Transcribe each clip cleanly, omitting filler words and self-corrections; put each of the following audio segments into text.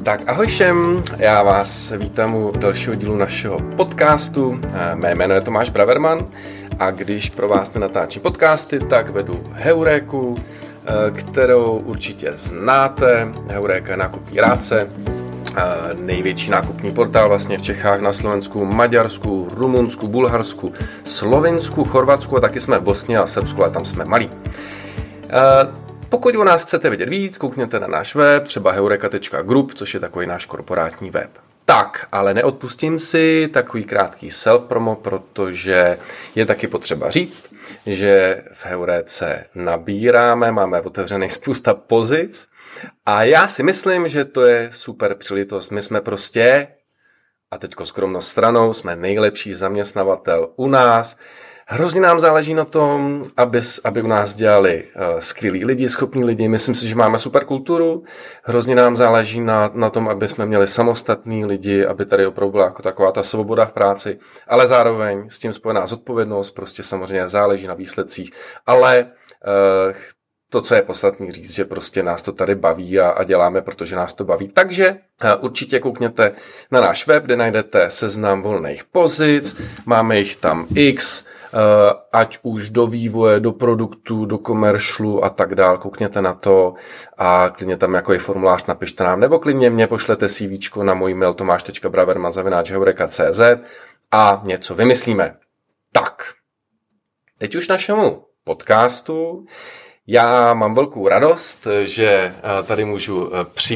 Tak ahoj všem, já vás vítám u dalšího dílu našeho podcastu. Mé jméno je Tomáš Braverman a když pro vás nenatáčím podcasty, tak vedu Heuréku, kterou určitě znáte. Heuréka je nákupní rádce, největší nákupní portál vlastně v Čechách, na Slovensku, Maďarsku, Rumunsku, Bulharsku, Slovinsku, Chorvatsku a taky jsme v Bosně a Srbsku, ale tam jsme malí. Pokud o nás chcete vědět víc, koukněte na náš web, třeba heureka.group, což je takový náš korporátní web. Tak, ale neodpustím si takový krátký self-promo, protože je taky potřeba říct, že v Heuréce nabíráme, máme otevřených spousta pozic a já si myslím, že to je super příležitost. My jsme prostě, a teďko skromnost stranou, jsme nejlepší zaměstnavatel u nás. Hrozně nám záleží na tom, aby u nás dělali skvělí lidi, schopní lidi. Myslím si, že máme super kulturu. Hrozně nám záleží na tom, aby jsme měli samostatní lidi, aby tady opravdu byla jako taková ta svoboda v práci, ale zároveň s tím spojená zodpovědnost, prostě samozřejmě záleží na výsledcích, ale to, co je podstatný říct, že prostě nás to tady baví a děláme, protože nás to baví. Takže určitě koukněte na náš web, kde najdete seznam volných pozic, máme jich tam x, ať už do vývoje, do produktů, do komeršlu a tak dál. Koukněte na to a klidně tam jako je formulář napište nám, nebo klidně mě pošlete CVčko na můj mail tomaš.braverman@heureka.cz a něco vymyslíme. Tak, teď už našemu podcastu. Já mám velkou radost, že tady můžu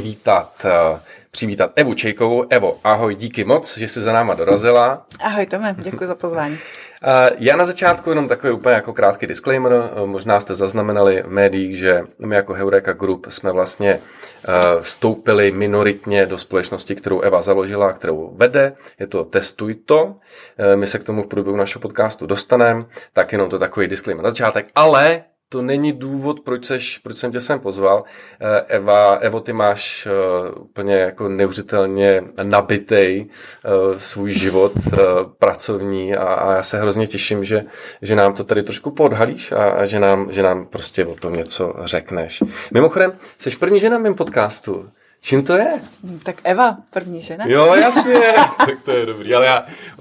přivítat Evu Čejkovou. Evo, ahoj, díky moc, že jsi za náma dorazila. Ahoj Tome, děkuji za pozvání. Já na začátku jenom takový úplně jako krátký disclaimer. Možná jste zaznamenali v médiích, že my jako Heureka Group jsme vlastně vstoupili minoritně do společnosti, kterou Eva založila, kterou vede. Je to Testuj to. My se k tomu v průběhu našeho podcastu dostaneme. Tak jenom to takový disclaimer na začátek. Ale to není důvod, proč jsem tě sem pozval. Evo, ty máš úplně jako neuvěřitelně nabitej svůj život pracovní a já se hrozně těším, že nám to tady trošku podhalíš a že nám prostě o tom něco řekneš. Mimochodem, jsi první žena v mém podcastu. Čím to je? Tak Eva, první žena. Jo, jasně, tak to je dobrý, ale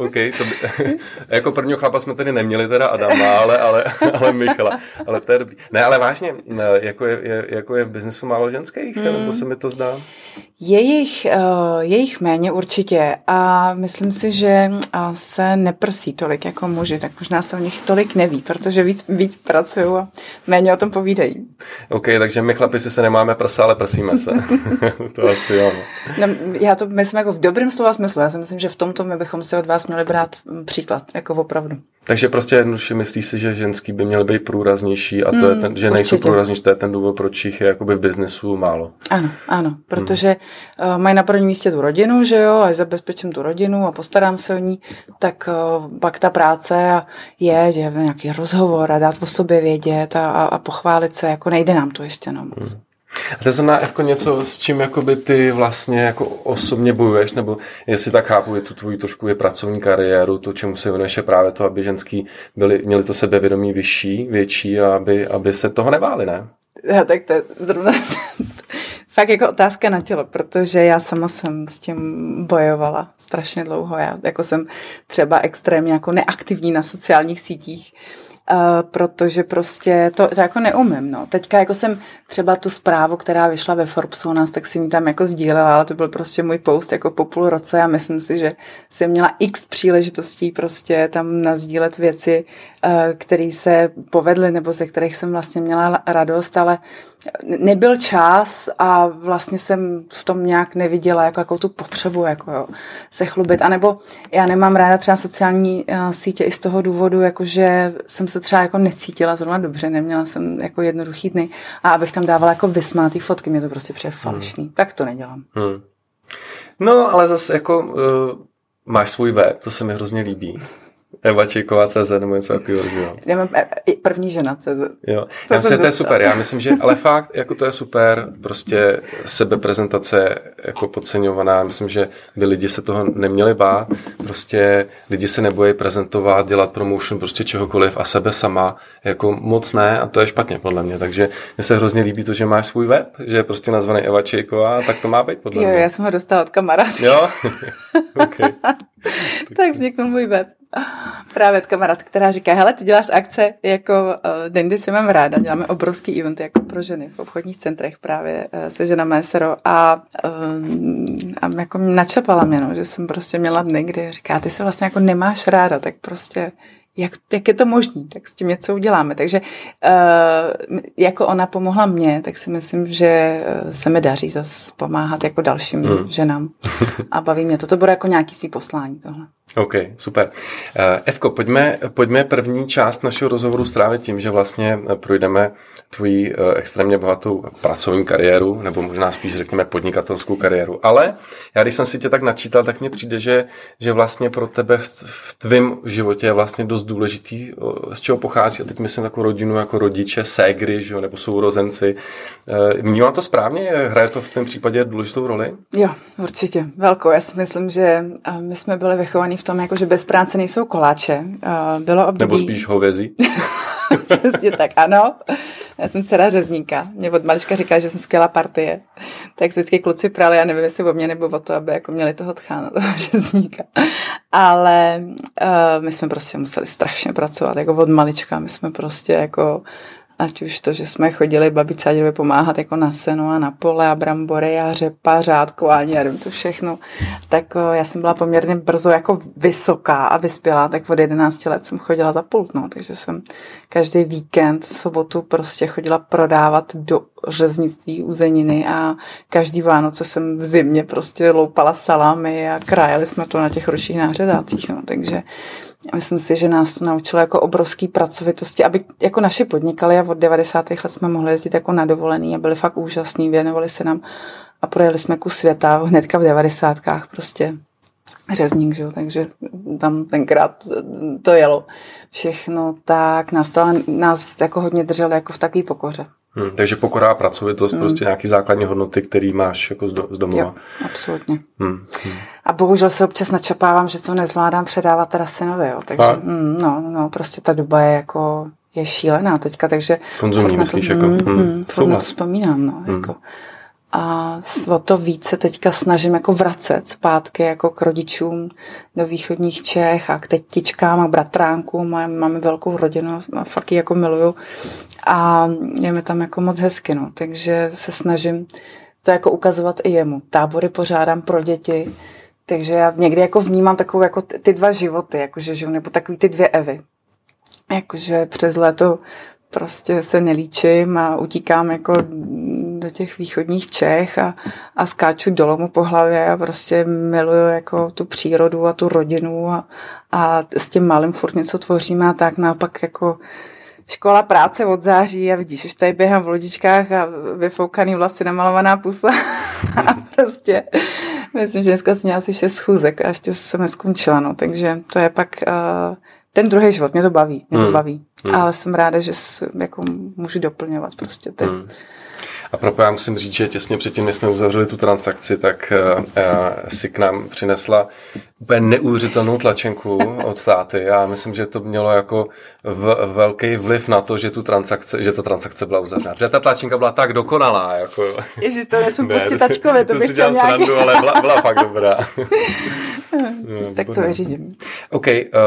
jako prvního chlapa jsme tady neměli teda Adama, ale Michala, ale to je dobrý. Ne, ale vážně, jako je v biznesu málo ženských, nebo se mi to zdá? Jejich méně určitě a myslím si, že se neprsí tolik jako muži, tak možná se o nich tolik neví, protože víc pracují a méně o tom povídají. OK, takže my chlapi si se nemáme prsa, ale prsíme se. To asi jo. No, my jsme jako v dobrém slova smyslu. Já si myslím, že v tomto my bychom si od vás měli brát příklad, jako opravdu. Takže prostě jednoduše myslíš si, že ženský by měly být průraznější a to je ten, že nejsou průraznější, to je ten důvod, proč jich je jakoby v biznesu málo. Ano, protože mají na prvním místě tu rodinu, že jo, a zabezpečím tu rodinu a postarám se o ní, tak pak ta práce je nějaký rozhovor a dát o sobě vědět a pochválit se, jako nejde nám to ještě moc. A to znamená jako něco, s čím jakoby ty vlastně jako osobně bojuješ, nebo jestli tak chápu, je tu tvoji trošku je pracovní kariéru, to, čemu se věnuješ, je právě to, aby ženský měli to sebevědomí větší a aby se toho nebáli, ne? Já, tak to je zrovna fakt jako otázka na tělo, protože já sama jsem s tím bojovala strašně dlouho. Já jako jsem třeba extrémně jako neaktivní na sociálních sítích, protože prostě to jako neumím, no. Teďka jako jsem třeba tu zprávu, která vyšla ve Forbesu u nás, tak si mi tam jako sdílela, ale to byl prostě můj post jako po půl roce a myslím si, že jsem měla x příležitostí prostě tam nasdílet věci, které se povedly nebo ze kterých jsem vlastně měla radost, ale nebyl čas a vlastně jsem v tom nějak neviděla jako tu potřebu se chlubit. A nebo já nemám ráda třeba sociální sítě i z toho důvodu, jakože jsem se třeba jako necítila zrovna dobře, neměla jsem jako jednoduchý dny a abych tam dávala jako vysmátý fotky, mě to prostě přijde falešný. Tak to nedělám. No, ale zase jako máš svůj web, to se mi hrozně líbí. Eva Čejková.cz nebo něco takového. Já mám první žena.cz. Jo. Já myslím, že to je super. Já myslím, že ale fakt, jako to je super, prostě sebeprezentace jako podceňovaná. Myslím, že by lidi se toho neměli bát. Prostě lidi se nebojí prezentovat, dělat promotion prostě čehokoliv a sebe sama jako moc ne a to je špatně podle mě. Takže mně se hrozně líbí to, že máš svůj web, že je prostě nazvaný Eva Čejková, tak to má být podle mě. Jo, já jsem ho dostala od kamarádky. Jo? Okay. Tak vzniknul můj web. Právě od kamarádky, která říká, hele, ty děláš akce jako Dandy se mám ráda, děláme obrovský event jako pro ženy v obchodních centrech právě se ženami SRO a jako načapala mě, no, že jsem prostě měla dny, kdy říká, ty se vlastně jako nemáš ráda, tak prostě jak je to možný, tak s tím něco uděláme. Takže jako ona pomohla mně, tak si myslím, že se mi daří zase pomáhat jako dalším ženám. A baví mě to. To bude jako nějaký svý poslání tohle. OK, super. Evko, pojďme první část našeho rozhovoru strávit tím, že vlastně projdeme tvoji extrémně bohatou pracovní kariéru, nebo možná spíš řekněme podnikatelskou kariéru. Ale já když jsem si tě tak načítal, tak mně přijde, že vlastně pro tebe v tvém životě je vlastně dost důležitý, z čeho pochází. A teď myslím takovou rodinu jako rodiče, ségry, že, nebo sourozenci. Vnímám to správně? Hraje to v tom případě důležitou roli? Jo, určitě. Velkou. Já si myslím, že my jsme byli vychovaní v tom, jako, že bez práce nejsou koláče. Bylo období... Nebo spíš hovězí. Přesně tak, ano. Já jsem dcera řezníka. Mě od malička říkala, že jsem skvělá partie. Tak vždycky kluci prali, já nevím, jestli o mě nebo o to, aby jako měli toho tchána, toho řezníka. Ale my jsme prostě museli strašně pracovat, jako od malička. My jsme prostě jako, ať už to, že jsme chodili babice a dědovi pomáhat jako na senu a na pole a brambory a řepa, řádkování a nevím co všechno. Tak já jsem byla poměrně brzo jako vysoká a vyspělá, tak od 11 let jsem chodila za pult, no, takže jsem každý víkend v sobotu prostě chodila prodávat do řeznictví uzeniny a každý Vánoce jsem v zimě prostě loupala salámy a krájeli jsme to na těch ročních nářezácích, no, takže myslím si, že nás to naučilo jako obrovský pracovitosti, aby jako naši podnikali a od 90. let jsme mohli jezdit jako na dovolený a byli fakt úžasní, věnovali se nám a projeli jsme kus světa hnedka v 90. prostě řezník, že jo, takže tam tenkrát to jelo všechno, tak nás jako hodně drželi jako v takové pokoře. Takže pokora a pracovitost, prostě nějaký základní hodnoty, který máš jako z domova. Jo, absolutně. A bohužel se občas načapávám, že co nezvládám předávat teda synovi, jo. Takže no, prostě ta doba je šílená teďka, takže konzumní myslíš jako. Na to vzpomínám, no, jako. A o to více teďka snažím jako vracet zpátky jako k rodičům do východních Čech a k tetičkám a bratránkům. Máme velkou rodinu a fakt ji jako miluju. A je mi tam jako moc hezky, no. Takže se snažím to jako ukazovat i jemu. Tábory pořádám pro děti, takže já někdy jako vnímám takovou jako ty dva životy, jakože žiju, nebo takový ty dvě Evy. Jakože přes léto prostě se nelíčím a utíkám jako do těch východních Čech a skáču do lomu po hlavě a prostě miluju jako tu přírodu a tu rodinu a s tím malým furt něco tvoříme a tak naopak jako škola, práce od září a vidíš, už tady běhám v lodičkách a vyfoukaný vlasy, namalovaná pusa a prostě myslím, že dneska jsem měla asi 6 schůzek a ještě jsem neskončila, no, takže to je pak ten druhý život, mě to baví, ale jsem ráda, že jako můžu doplňovat prostě teď. A proto já musím říct, že těsně předtím, než jsme uzavřeli tu transakci, tak si k nám přinesla úplně neuvěřitelnou tlačenku od táty a myslím, že to mělo jako velký vliv na to, že ta transakce byla uzavřena. Protože ta tlačenka byla tak dokonalá. Jako... Ježiš, to nesmím pustit tačkovi, to bych chtěl nějaký... Srandu, ale byla fakt dobrá. Tak to vyřídím. OK,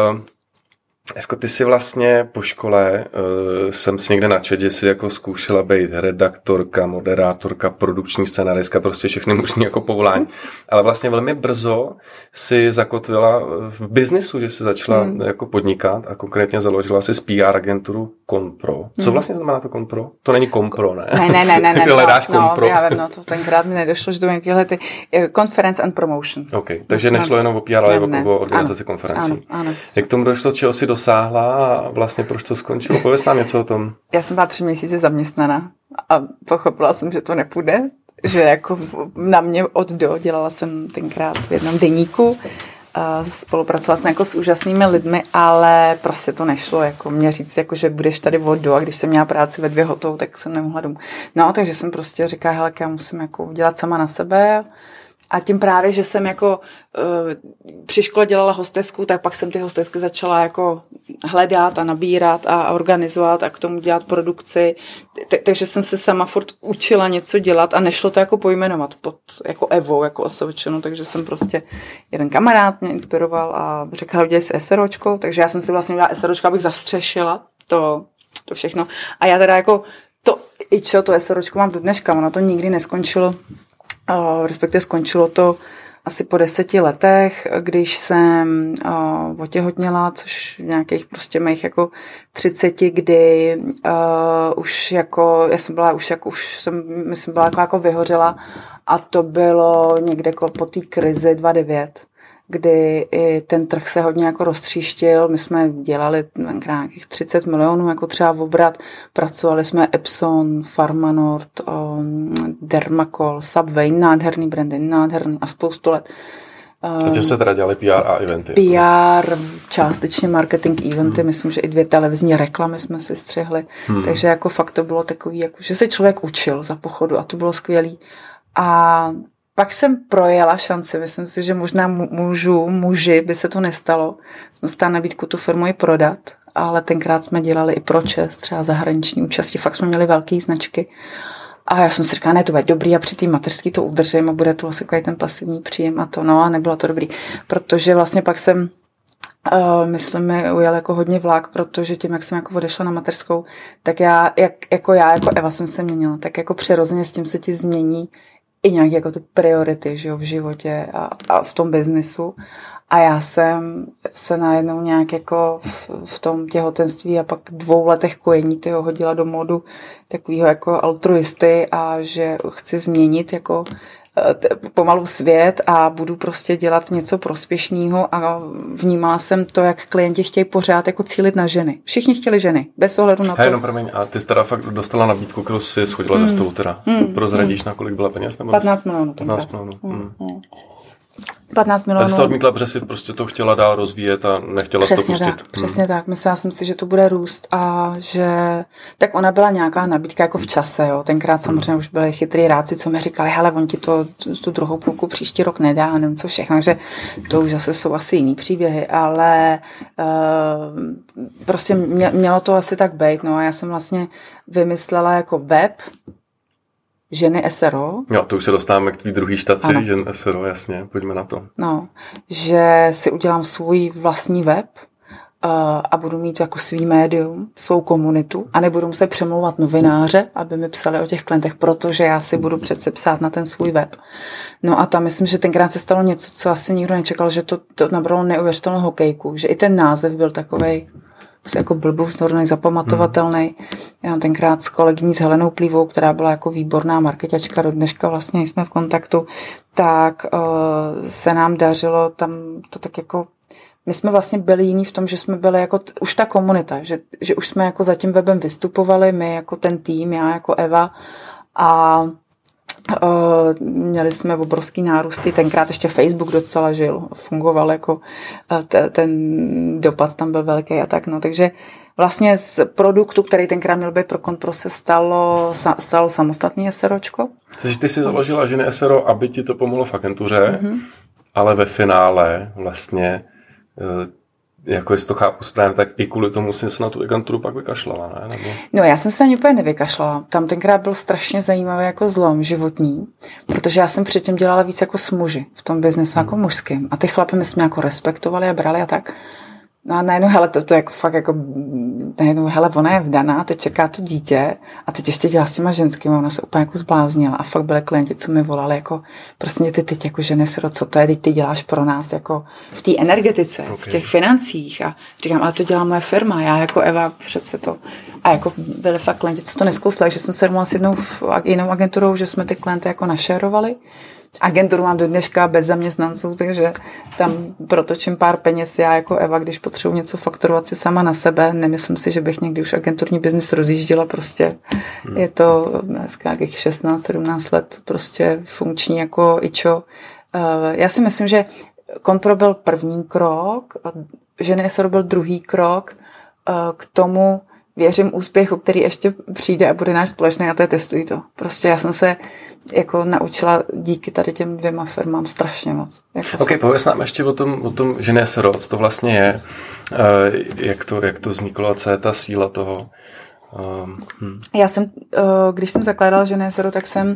Evko, ty jsi vlastně po škole, jsem si někde načet, že jsi jako zkoušela být redaktorka, moderátorka, produkční scenaristka, prostě všechny možný jako povolání. Ale vlastně velmi brzo si zakotvila v biznisu, že jsi začala jako podnikat a konkrétně založila si PR agenturu Kompro. Co vlastně znamená to Kompro? To není Kompro, ne? Ne. Ty hledáš Kompro. Já vím, to tenkrát mi nedošlo, že to nějakéhle ty Conference and Promotion. OK, takže nešlo jenom o PR, ale o organizaci konferencí. Ano. Jak tomu došlo, čeho si dosáhla a vlastně proč to skončilo? Pověz nám něco o tom. Já jsem byla 3 měsíce zaměstnaná a pochopila jsem, že to nepůjde, že jako na mě od do, dělala jsem tenkrát v jednom deníku spolupracovat jako s úžasnými lidmi, ale prostě to nešlo, jako mě říct, jako, že budeš tady vodu a když jsem měla práci ve 2 hotovou, tak jsem nemohla domů. No, takže jsem prostě říkala, hele, já musím jako dělat sama na sebe. A tím právě, že jsem jako při škole dělala hostesku, tak pak jsem ty hostesky začala jako hledat a nabírat a organizovat a k tomu dělat produkci. Takže jsem se sama furt učila něco dělat a nešlo to jako pojmenovat pod jako Evou, jako osvčenu, takže jsem prostě jeden kamarád mě inspiroval a řekl, udělej si SROčko, takže já jsem si vlastně udělala SROčko, abych zastřešila to všechno. A já teda jako to SROčko mám do dneška, ono to nikdy neskončilo. Respektive skončilo to asi po 10 letech, když jsem otěhotněla, což v nějakých prostě mých jako 30, kdy už jako, myslím, byla jako vyhořela a to bylo někde po té krizi 2009, kdy i ten trh se hodně jako roztříštil. My jsme dělali nějakých 30 milionů jako třeba obrat. Pracovali jsme Epson, Pharmanord, Dermacol, Subway, nádherný brandy, nádherný a spoustu let. A tě se teda dělali PR a eventy? PR, částečně marketing eventy, myslím, že i 2 televizní reklamy jsme si střihli. Takže jako fakt to bylo takový, jako, že se člověk učil za pochodu a to bylo skvělý. A pak jsem projela šanci, myslím si, že možná muži by se to nestalo. Jsme dostali nabídku tu firmu i prodat, ale tenkrát jsme dělali i pro ČES, třeba zahraniční účasti, fakt jsme měli velké značky. A já jsem si říkala, ne, to bude dobrý a při té mateřský to udržím a bude to vlastně ten pasivní příjem a to, no a nebylo to dobrý, protože vlastně pak jsem myslím, mi ujel jako hodně vlak, protože tím, jak jsem jako odešla na mateřskou, tak já jako Eva jsem se měnila, tak jako přirozeně s tím se ti změní i nějaké jako ty priority, že jo, v životě a v tom biznisu. A já jsem se najednou nějak jako v tom těhotenství a pak 2 letech kojení hodila do modu takového jako altruisty a že chci změnit jako pomalu svět a budu prostě dělat něco prospěšného a vnímala jsem to, jak klienti chtějí pořád jako cílit na ženy. Všichni chtěli ženy, bez ohledu na to. Hej, no promiň, a ty jsi teda fakt dostala nabídku, kterou jsi schodila ze stolu teda. Prozradíš, na kolik byla peněz? Nebo 15 milionů. 15 milionů. 15 milionů. Já jsi to odmítla, protože jsi prostě to chtěla dál rozvíjet a nechtěla to pustit. Přesně tak. Myslela jsem si, že to bude růst a že... Tak ona byla nějaká nabídka jako v čase, jo. Tenkrát samozřejmě už byli chytrý ráci, co mi říkali, hele, on ti tu druhou půlku příští rok nedá a nevím co všechno, takže to už zase jsou asi jiný příběhy, ale prostě mělo to asi tak být, no a já jsem vlastně vymyslela jako web, Ženy SRO. Jo, to už se dostáváme k tvý druhý štaci, ano. Žen SRO, jasně, pojďme na to. No, že si udělám svůj vlastní web a budu mít jako svý médium, svou komunitu a nebudu muset přemlouvat novináře, aby mi psali o těch klientech, protože já si budu přece psát na ten svůj web. No a tam myslím, že tenkrát se stalo něco, co asi nikdo nečekal, že to nabralo neuvěřitelnou hokejku, že i ten název byl takovej jako blbův, zapamatovatelný. Já tenkrát s kolegyní s Helenou Plívou, která byla jako výborná marketačka, do dneška vlastně jsme v kontaktu, tak se nám dařilo tam to tak jako, my jsme vlastně byli jiní v tom, že jsme byli jako už ta komunita, že už jsme jako za tím webem vystupovali, my jako ten tým, já jako Eva a měli jsme obrovský nárůsty, tenkrát ještě Facebook docela žil, fungoval jako ten dopad tam byl velký a tak, no, takže vlastně z produktu, který tenkrát měl být pro Konpro, se stalo samostatný SROčko. Takže ty si založila Ženy SRO, aby ti to pomohlo v agentuře, ale ve finále vlastně jako jestli to chápu správně, tak i kvůli tomu jsi se na tu agenturu pak vykašlala, ne? Nebo... No já jsem se ani úplně nevykašlala. Tam tenkrát byl strašně zajímavý jako zlom životní, protože já jsem předtím dělala víc jako s muži v tom biznesu jako mužským. A ty chlapy my jsme jako respektovali a brali a tak. No a najednou, hele, to jako fakt jako, najednou, hele, ona je vdaná, teď čeká to dítě a teď ještě dělá s těma ženskými, ona se úplně jako zbláznila a fakt byly klienti, co mi volali, jako, prostě ty teď jako ženy SRO, co to je, teď ty děláš pro nás, jako v té energetice, v těch financích a říkám, ale to dělá moje firma, já jako Eva přece to. A jako byly fakt klienti, co to nezkousli, že jsem se domluvila s jinou agenturou, že jsme ty klienty jako našerovali. Agenturu mám do dneška bez zaměstnanců, takže tam protočím pár peněz já jako Eva, když potřebuji něco fakturovat si sama na sebe. Nemyslím si, že bych někdy už agenturní biznis rozjížděla, prostě je to dneska nějakých 16-17 let prostě funkční jako ičo. Já si myslím, že Kompro byl první krok, Ženy SRO byl druhý krok, k tomu věřím úspěchu, který ještě přijde a bude náš společný, a to je testuj to. Prostě já jsem se jako naučila díky tady těm 2 firmám strašně moc. Jako OK, pověz nám ještě o tom Ženy SRO, co to vlastně je, jak to vzniklo a co je ta síla toho. Já jsem, když jsem zakládala Ženy SRO, tak jsem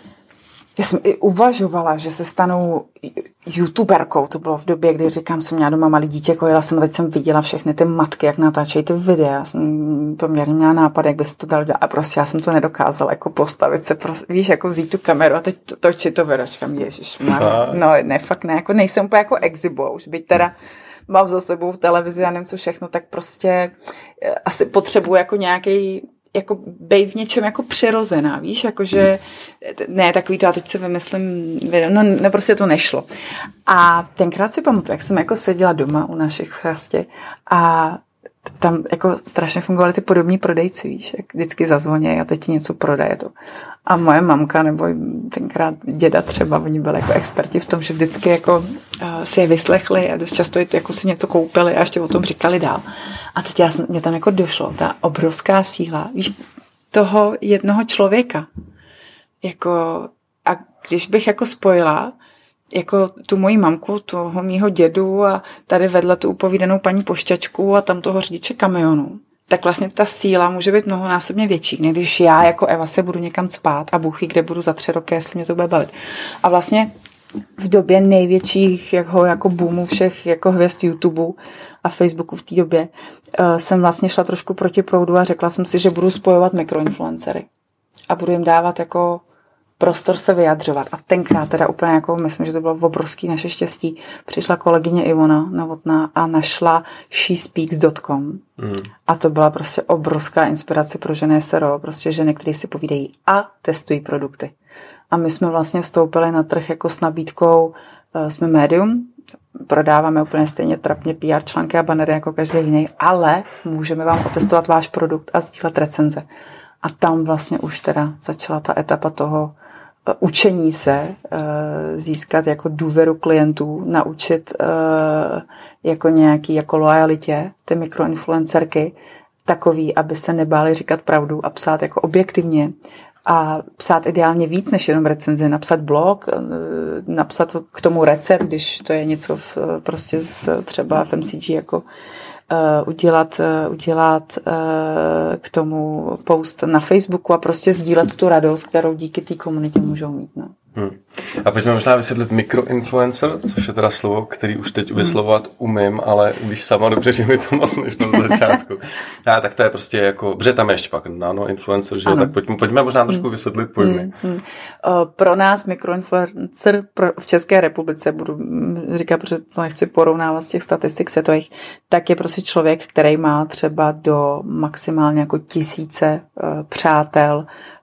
i uvažovala, že se stanu youtuberkou. To bylo v době, kdy říkám, jsem měla doma malý dítě, kojila jsem a teď jsem viděla všechny ty matky, jak natáčejí ty videa. Já jsem poměrně měla nápad, jak by se to dalo dělat. A prostě já jsem to nedokázala, jako postavit se, víš, jako vzít tu kameru a teď točit to video. Říkám, ježišmarja. No ne, fakt ne, jako nejsem úplně jako exibo, už byť teda mám za sebou v televizi a nevím co všechno, tak prostě asi potřebuji jako nějaký jako bejt v něčem jako přirozená, víš, jakože ne, takový to, já teď si vymyslím, no prostě to nešlo. A tenkrát si pamatuju, jak jsem jako seděla doma u našich chrastě a tam jako strašně fungovaly ty podobní prodejci, víš, jak vždycky zazvoní a teď ti něco prodaje to. A moje mamka nebo tenkrát děda třeba, oni byli jako experti v tom, že vždycky jako si je vyslechli a dost často jako si něco koupili a ještě o tom říkali dál. A teď mě tam jako došlo, ta obrovská síla, víš, toho jednoho člověka. Jako, a když bych jako spojila jako tu moji mamku, toho mýho dědu a tady vedle tu upovídanou paní pošťačku a tam toho řidiče kamionu, tak vlastně ta síla může být mnohonásobně větší, než když já jako Eva se budu někam spát a Bůh ví, kde budu za 3 roky, jestli mě to bude bavit. A vlastně v době největších jako boomu všech jako hvězd YouTube a Facebooku v té době jsem vlastně šla trošku proti proudu a řekla jsem si, že budu spojovat mikroinfluencery a budu jim dávat jako prostor se vyjadřovat. A tenkrát teda úplně jako, myslím, že to bylo obrovský naše štěstí, přišla kolegyně Ivona Novotná a našla shespeaks.com. A to byla prostě obrovská inspirace pro Ženy SRO, prostě ženy, které si povídají a testují produkty. A my jsme vlastně vstoupili na trh jako s nabídkou, jsme médium, prodáváme úplně stejně trapně PR články a banery jako každý jiný, ale můžeme vám otestovat váš produkt a sdílet recenze. A tam vlastně už teda začala ta etapa toho učení se, získat jako důvěru klientů, naučit jako nějaký jako lojalitě ty mikroinfluencerky takový, aby se nebáli říkat pravdu a psát jako objektivně a psát ideálně víc než jenom recenzi, napsat blog, napsat k tomu recept, když to je něco prostě třeba FMCG jako udělat k tomu post na Facebooku a prostě sdílet tu radost, kterou díky té komunitě můžou mít. No. A pojďme možná vysvětlit mikroinfluencer, což je teda slovo, který už teď vyslovovat umím, ale když sama dobře, že mi to moc než na začátku. Tak to je prostě jako, protože tam je ještě pak nanoinfluencer, že tak pojďme možná trošku vysvětlit pojmy. Pro nás mikroinfluencer v České republice, budu říkat, protože to nechci porovnávat z těch statistik světových, tak je prostě člověk, který má třeba do maximálně jako 1000 přátel,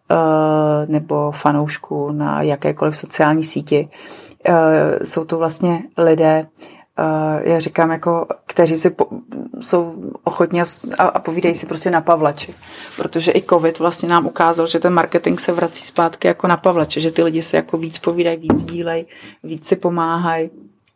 nebo fanoušků na jakékoliv sociální síti. Jsou to vlastně lidé, já říkám, jako, kteří jsou ochotní a povídají si prostě na Pavlači. Protože i covid vlastně nám ukázal, že ten marketing se vrací zpátky jako na Pavlače, že ty lidi se jako víc povídají, víc dílej, víc si pomáhají.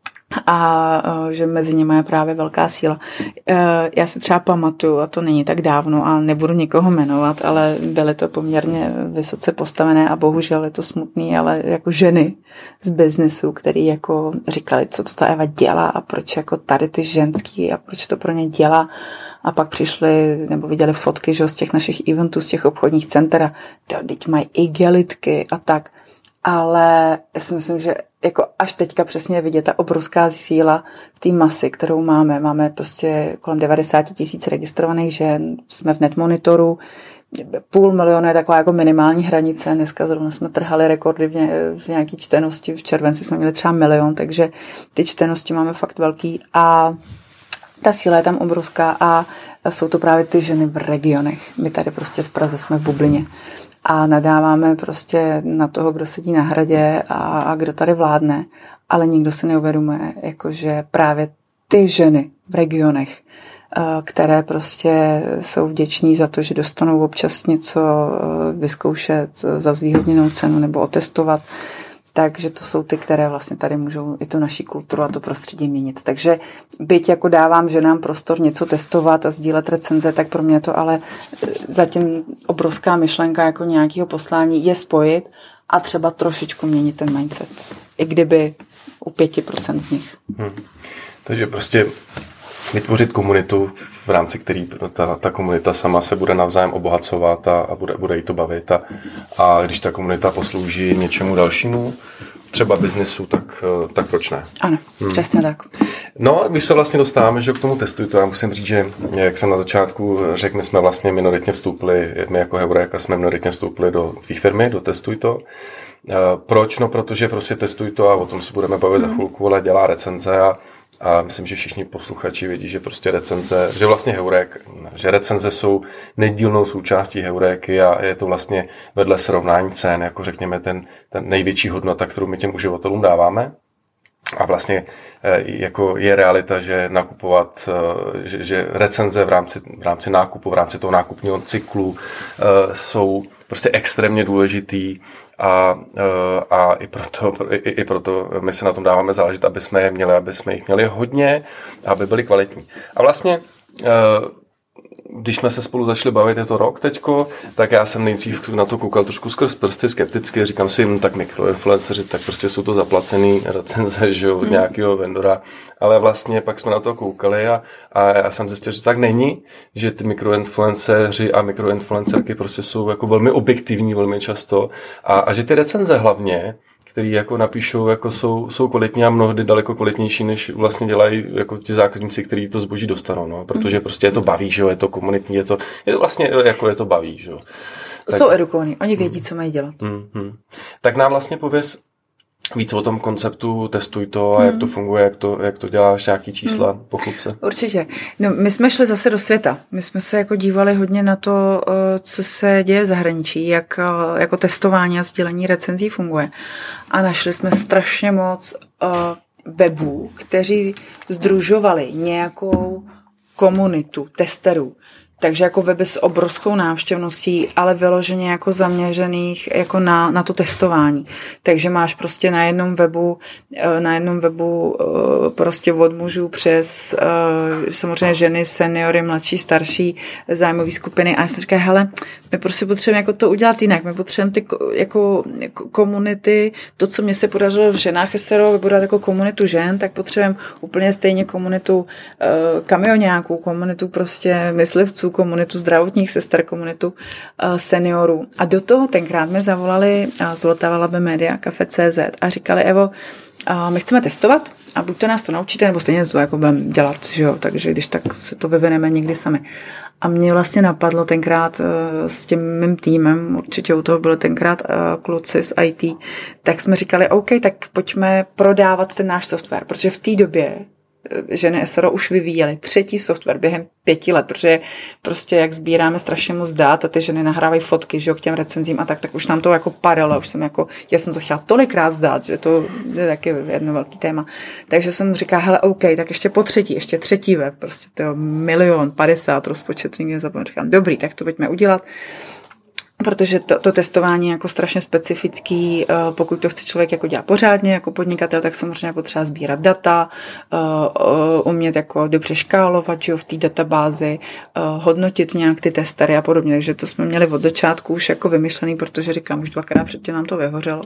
A že mezi nimi je právě velká síla. Já si třeba pamatuju, a to není tak dávno a nebudu nikoho jmenovat, ale byly to poměrně vysoce postavené a bohužel je to smutný, ale jako ženy z biznesu, který jako říkali, co to ta Eva dělá a proč jako tady ty ženský a proč to pro ně dělá. A pak přišli nebo viděli fotky, že z těch našich eventů, z těch obchodních center a teď mají igelitky a tak. Ale já si myslím, že jako až teďka přesně vidět ta obrovská síla v té masy, kterou máme. Máme prostě kolem 90 000 registrovaných žen, jsme v NetMonitoru, 500 000 je taková jako minimální hranice. Dneska zrovna jsme trhali rekordy v nějaké čtenosti, v červenci jsme měli třeba 1 000 000, takže ty čtenosti máme fakt velký a ta síla je tam obrovská a jsou to právě ty ženy v regionech. My tady prostě v Praze jsme v bublině. A nadáváme prostě na toho, kdo sedí na hradě a kdo tady vládne, ale nikdo si neuvědomuje, jakože právě ty ženy v regionech, které prostě jsou vděční za to, že dostanou občas něco vyzkoušet za zvýhodněnou cenu nebo otestovat, takže to jsou ty, které vlastně tady můžou i tu naší kulturu a to prostředí měnit. Takže byť jako dávám ženám prostor něco testovat a sdílet recenze, tak pro mě to ale zatím obrovská myšlenka jako nějakého poslání je spojit a třeba trošičku měnit ten mindset. I kdyby u 5% z nich. Takže prostě vytvořit komunitu, v rámci který ta komunita sama se bude navzájem obohacovat a bude jí to bavit. A když ta komunita poslouží něčemu dalšímu, třeba biznesu, tak proč ne? Ano, přesně tak. No a když se vlastně dostáváme, že k tomu testuji, to já musím říct, že jak jsem na začátku řekl, my jsme vlastně minoritně vstoupili, my jako Heureka jsme minoritně vstoupili do tvý firmy, do Testuj to. Proč? No, protože prostě Testuj to a o tom se budeme bavit za chvilku, ale dělá recenze a myslím, že všichni posluchači vědí, že prostě recenze, že vlastně že recenze jsou nedílnou součástí Heuréky a je to vlastně vedle srovnání cen, jako řekněme ten největší hodnota, kterou my těm uživatelům dáváme. A vlastně jako je realita, že nakupovat, že recenze v rámci nákupu, v rámci toho nákupního cyklu jsou prostě extrémně důležitý a i proto my se na tom dáváme záležet, aby jsme jich měli hodně, aby byli kvalitní. A vlastně když jsme se spolu začali bavit, je to rok teďko, tak já jsem nejdřív na to koukal trošku skrz prsty, skepticky, říkám si, tak mikroinfluenceři, tak prostě jsou to zaplacený recenze, že od nějakého vendora, ale vlastně pak jsme na to koukali a já jsem zjistil, že tak není, že ty mikroinfluenceři a mikroinfluencerky prostě jsou jako velmi objektivní velmi často a že ty recenze hlavně, který jako napíšou, jako jsou kvalitní a mnohdy daleko kvalitnější, než vlastně dělají jako ti zákazníci, kteří to zboží dostanou, no, protože prostě je to baví, že jo, je to komunitní, je to vlastně jako je to baví, že jo. Jsou edukovaní, oni vědí, co mají dělat. Tak nám vlastně pověz víc o tom konceptu, testuj to a jak to funguje, jak to děláš, nějaký čísla, pochlub se. Určitě. No, my jsme šli zase do světa. My jsme se jako dívali hodně na to, co se děje v zahraničí, jak jako testování a sdílení recenzí funguje. A našli jsme strašně moc webů, kteří sdružovali nějakou komunitu testerů. Takže jako weby s obrovskou návštěvností, ale vyloženě jako zaměřených jako na to testování. Takže máš prostě na jednom webu prostě od mužů přes samozřejmě ženy, seniory, mladší, starší, zájmové skupiny. A já jsem říkala, hele, my prostě potřebujeme jako to udělat jinak. My potřebujeme ty jako komunity, to, co mě se podařilo v ženách SRO vybudovat jako komunitu žen, tak potřebujeme úplně stejně komunitu kamioňáků, komunitu prostě myslivců, komunitu zdravotních sester, komunitu seniorů. A do toho tenkrát mi zavolali Zlatá Labe Media, Cafe.cz a říkali, Evo, my chceme testovat a buď to nás to naučíte, nebo stejně to jako budeme dělat, že jo? Takže když tak se to vyvineme někdy sami. A mě vlastně napadlo tenkrát s tím mým týmem, určitě u toho byly tenkrát kluci z IT, tak jsme říkali, OK, tak pojďme prodávat ten náš software, protože v té době ženy SRO už vyvíjely 3. software během 5 let, protože prostě jak sbíráme strašně moc dát a ty ženy nahrávají fotky, že jo, k těm recenzím a tak už nám to jako padalo, já jsem to chtěla tolikrát zdát, že to je taky jedno velký téma. Takže jsem říkala, hele, OK, tak ještě po ještě 3. web, prostě to 1 050 000 rozpočet, nikdy nezapomenu, říkám, dobrý, tak to pojďme udělat. Protože to testování je jako strašně specifický, pokud to chce člověk jako dělat pořádně, jako podnikatel, tak samozřejmě potřeba sbírat data, umět jako dobře škálovat, že jo, v té databázi, hodnotit nějak ty testery a podobně, takže to jsme měli od začátku už jako vymyšlený, protože říkám, už 2krát předtím nám to vyhořelo.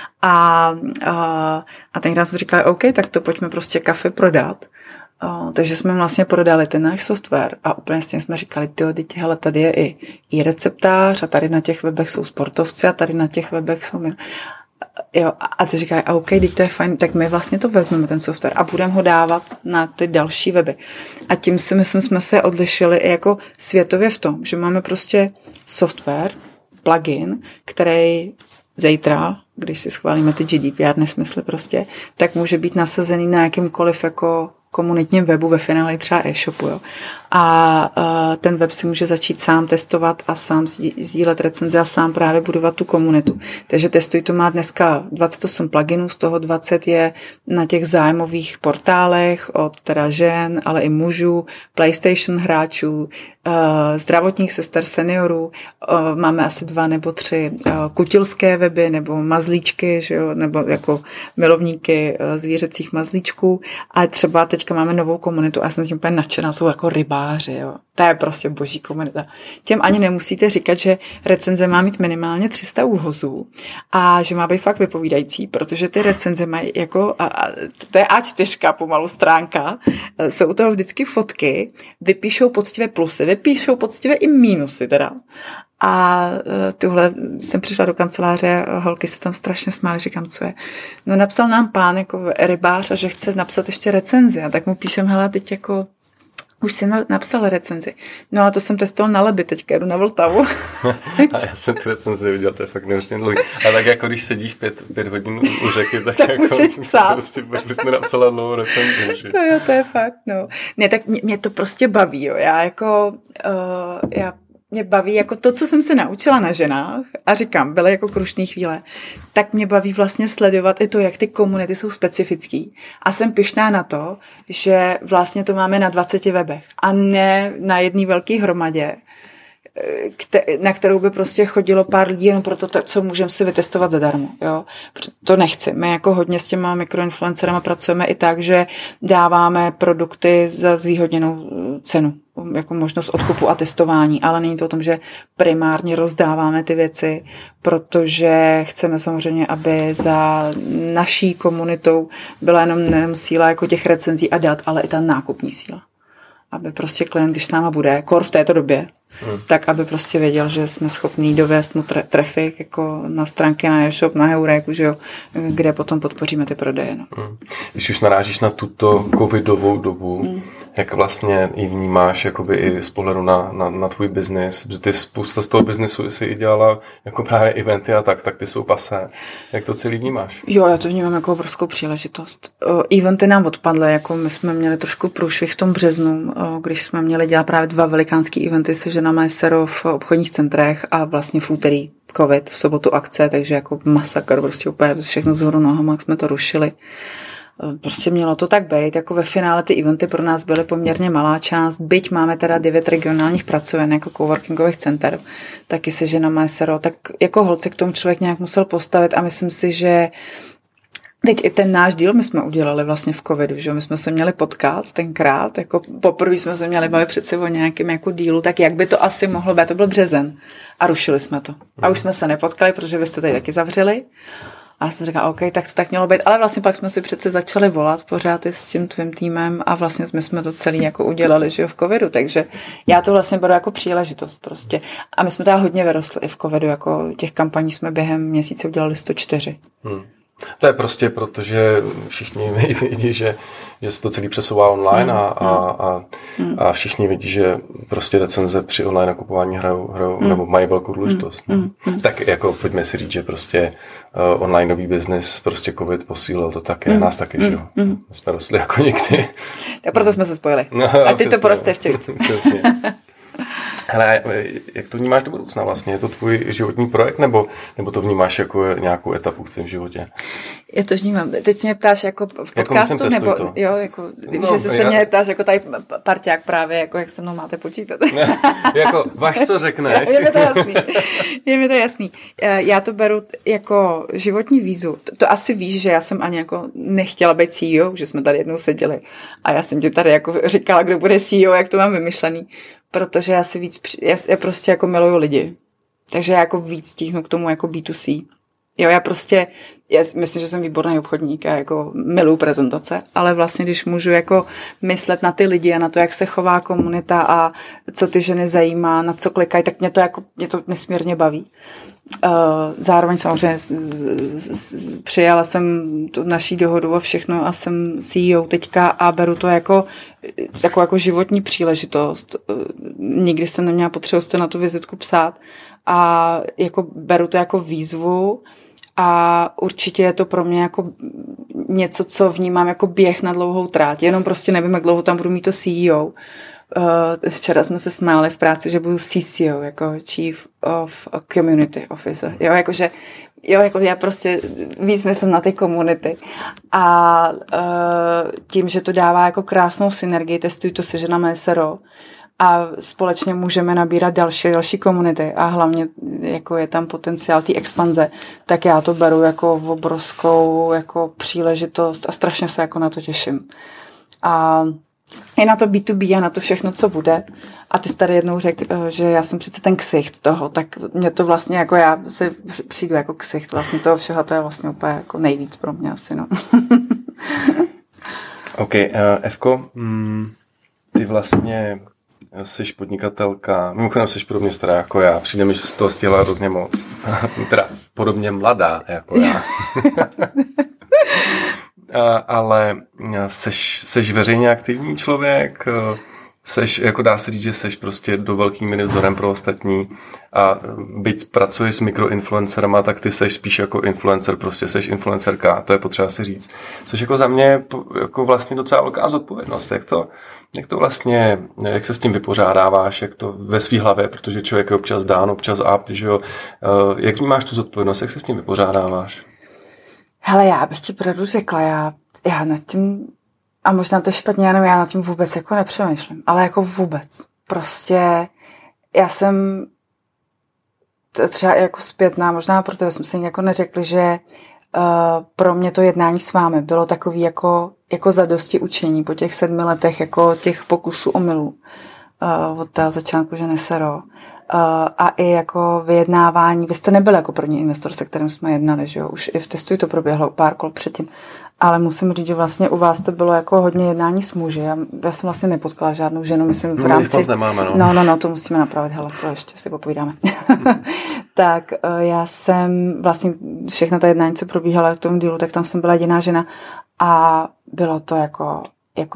A tenkrát jsme říkali, OK, tak to pojďme prostě kafe prodat. Takže jsme vlastně prodali ten náš software a úplně s tím jsme říkali, hele, tady je i receptář a tady na těch webech jsou sportovci a tady na těch webech jsou jo, a ty říkají, OK, teď to je fajn, tak my vlastně to vezmeme, ten software a budeme ho dávat na ty další weby. A tím si myslím, jsme se odlišili i jako světově v tom, že máme prostě software, plugin, který zítra, když si schválíme ty GDPR nesmysly prostě, tak může být nasazený na jakýmkoliv jako komunitním webu, ve finále třeba e-shopu. Jo. A ten web si může začít sám testovat a sám sdílet recenze a sám právě budovat tu komunitu. Takže Testuj to má dneska 28 pluginů, z toho 20 je na těch zájmových portálech od teda žen, ale i mužů, PlayStation hráčů, zdravotních sester, seniorů. Máme asi 2 nebo 3 kutilské weby nebo mazlíčky, že jo, nebo jako milovníky zvířecích mazlíčků. A třeba teďka máme novou komunitu a já jsem s tím úplně nadšená, jsou jako rybáři. Jo. To je prostě boží komunita. Těm ani nemusíte říkat, že recenze má mít minimálně 300 úhozů a že má být fakt vypovídající, protože ty recenze mají jako, to je A4 pomalu stránka, jsou toho vždycky fotky, vypíšou poctivě plusy, vypíšou poctivě i mínusy teda. A tuhle jsem přišla do kanceláře, holky se tam strašně smály, říkám, co je. No napsal nám pán jako rybář a že chce napsat ještě recenzi a tak mu píšem, hele, teď jako už si napsal recenzi. No ale to jsem testoval na Lebi, teďka jdu na Vltavu. A já jsem ty recenzi viděl, to je fakt neuvěřitelně dlouhý. A tak jako když sedíš 5 hodin u řeky, tak jako prostě bys nenapsala dlouhou recenzi. Že? To je fakt, no. Ne, tak mě to prostě baví, jo. Já jako, mě baví jako to, co jsem se naučila na ženách a říkám, byly jako krušné chvíle, tak mě baví vlastně sledovat i to, jak ty komunity jsou specifický. A jsem pyšná na to, že vlastně to máme na 20 webech a ne na jedné velké hromadě, na kterou by prostě chodilo pár lidí jenom proto, co můžeme si vytestovat zadarmo. Jo? To nechci. My jako hodně s těma mikroinfluencerama pracujeme i tak, že dáváme produkty za zvýhodněnou cenu, jako možnost odkupu a testování, ale není to o tom, že primárně rozdáváme ty věci, protože chceme samozřejmě, aby za naší komunitou byla jenom síla jako těch recenzí a dat, ale i ta nákupní síla. Aby prostě klient, když s náma bude, kor v této době, tak aby prostě věděl, že jsme schopní dovést mu trafik jako na stránky, na e-shop, na Heuréku, že jo, kde potom podpoříme ty prodeje. No. Když už narážíš na tuto covidovou dobu, jak vlastně ji vnímáš jakoby i z pohledu na tvůj biznis, protože ty spousta z toho biznisu si i dělala jako právě eventy a tak ty jsou pasé. Jak to celý vnímáš? Jo, já to vnímám jako obrovskou příležitost. Eventy nám odpadly, jako my jsme měli trošku průšvih v tom březnu, když jsme měli dělat právě 2 velikánský eventy se ženama SRO v obchodních centrech a vlastně v úterý covid, v sobotu akce, takže jako masakr, prostě úplně všechno zhoru nohama, jak jsme to rušili. Prostě mělo to tak být, jako ve finále ty eventy pro nás byly poměrně malá část, byť máme teda 9 regionálních pracoven jako coworkingových center, taky se ženama SRO, tak jako holce k tomu člověk nějak musel postavit a myslím si, že teď i ten náš díl my jsme udělali vlastně v covidu, že my jsme se měli potkat tenkrát, jako poprvé jsme se měli bavit přece o nějakém jako dílu, tak jak by to asi mohlo být, to byl březen a rušili jsme to. A už jsme se nepotkali, protože vy jste tady taky zavřeli. A já jsem říkala, OK, tak to tak mělo být, ale vlastně pak jsme si přece začali volat pořád i s tím tvým týmem a vlastně jsme to celý jako udělali, že jo, v covidu, takže já to vlastně beru jako příležitost prostě. A my jsme teda hodně vyrostli i v covidu, jako těch kampaní jsme během měsíce udělali 104. To je prostě proto, že všichni vidí, že se to celý přesouvá online a všichni vidí, že prostě recenze při online nakupování hrajou nebo mají velkou důležitost. Tak jako pojďme si říct, že prostě onlineový biznis prostě covid posílil to taky, nás taky, že jo. Jsme rostli jako nikdy. Tak proto jsme se spojili. A teď to poroste ještě víc. Přesně. Hele, jak to vnímáš do budoucna vlastně? Je to tvůj životní projekt, nebo to vnímáš jako nějakou etapu v tvém životě? Já to vnímám. Teď si mě ptáš jako v podcastu, jako nebo to. Jo, jako, že se mě ptáš jako tady parťák právě, jako jak se mnou máte počítat. Jako, vaš co řekneš? Je mi to jasný. Já to beru jako životní výzvu. To asi víš, že já jsem ani jako nechtěla být CEO, že jsme tady jednou seděli a já jsem ti tady jako říkala, kdo bude CEO, jak to mám vymyšlený, protože já prostě jako miluju lidi. Takže já jako víc tíhnu k tomu jako B2C. Jo, já myslím, že jsem výborný obchodník a jako miluju prezentace, ale vlastně, když můžu jako myslet na ty lidi a na to, jak se chová komunita a co ty ženy zajímá, na co klikají, tak mě to nesmírně baví. Zároveň samozřejmě přijala jsem tu naší dohodu a všechno a jsem CEO teďka a beru to jako takovou jako životní příležitost. Nikdy jsem neměla potřebu si na tu vizitku psát a jako beru to jako výzvu a určitě je to pro mě jako něco, co vnímám jako běh na dlouhou tráť. Jenom prostě nevím, jak dlouho tam budu mít to CEO. Včera jsme se smáli v práci, že budu CCO, jako Chief of Community Officer. Jo, jakože jako já prostě víc myslím na ty komunity. A tím, že to dává jako krásnou synergii, testuji to se ženami SRO a společně můžeme nabírat další komunity a hlavně jako je tam potenciál té expanze, tak já to beru jako obrovskou jako příležitost a strašně se jako na to těším. A i na to B2B a na to všechno, co bude. A ty jsi tady jednou řekl, že já jsem přece ten ksicht toho, tak mě to vlastně jako já se přijdu jako ksicht vlastně toho všeho, to je vlastně úplně jako nejvíc pro mě asi, no. OK, Evko, ty vlastně jsi podnikatelka, mimochodem jsi podobně stará jako já, přijde mi, že jsi toho stihla hrozně moc. Teda podobně mladá jako já. Ale seš veřejně aktivní člověk, jako dá se říct, že seš prostě do velký míry vzorem pro ostatní a byť pracuješ s mikroinfluencerama, tak ty seš spíš jako influencer, prostě seš influencerka, to je potřeba si říct. Což jako za mě jako vlastně docela velká zodpovědnost, jak to vlastně, jak se s tím vypořádáváš, jak to ve svý hlavě, protože člověk je občas down, občas up, že jo, jak vnímáš tu zodpovědnost, jak se s tím vypořádáváš? Hele, já bych ti pravdu řekla, já nad tím, a možná to je špatně, já nad tím vůbec jako nepřemýšlím, ale jako vůbec. Prostě já jsem třeba jako zpětná, možná proto jsme si jako neřekli, že pro mě to jednání s vámi bylo takový jako zadosti učení po těch 7 letech jako těch pokusů omylů od toho začátku, že nesero. A i jako vyjednávání. Vy jste nebyl jako první investor, se kterým jsme jednali, že jo? Už i v testu to proběhlo pár kol předtím. Ale musím říct, že vlastně u vás to bylo jako hodně jednání s muži. Já jsem vlastně nepotkala žádnou ženu, myslím v rámci... Nemáme, no. No, to musíme napravit, hele, to ještě si popovídáme. Tak já jsem vlastně všechna ta jednání, co probíhala v tom dílu, tak tam jsem byla jediná žena a bylo to jako